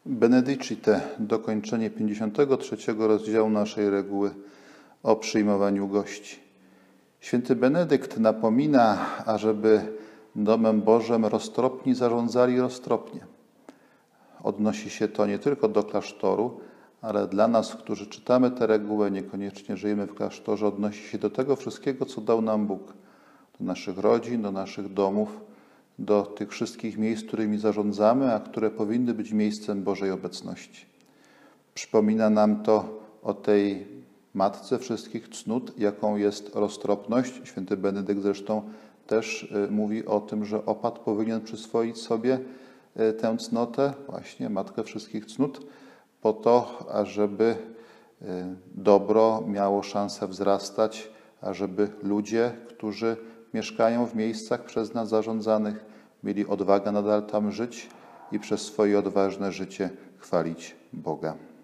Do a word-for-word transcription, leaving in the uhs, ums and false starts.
Benedicite, dokończenie pięćdziesiątego trzeciego rozdziału naszej reguły o przyjmowaniu gości. Święty Benedykt napomina, ażeby domem Bożym roztropni zarządzali roztropnie. Odnosi się to nie tylko do klasztoru, ale dla nas, którzy czytamy tę regułę, niekoniecznie żyjemy w klasztorze, odnosi się do tego wszystkiego, co dał nam Bóg. Do naszych rodzin, do naszych domów, do tych wszystkich miejsc, którymi zarządzamy, a które powinny być miejscem Bożej obecności. Przypomina nam to o tej matce wszystkich cnót, jaką jest roztropność. Święty Benedykt zresztą też mówi o tym, że opat powinien przyswoić sobie tę cnotę, właśnie matkę wszystkich cnót, po to, ażeby dobro miało szansę wzrastać, ażeby ludzie, którzy mieszkają w miejscach przez nas zarządzanych, mieli odwagę nadal tam żyć i przez swoje odważne życie chwalić Boga.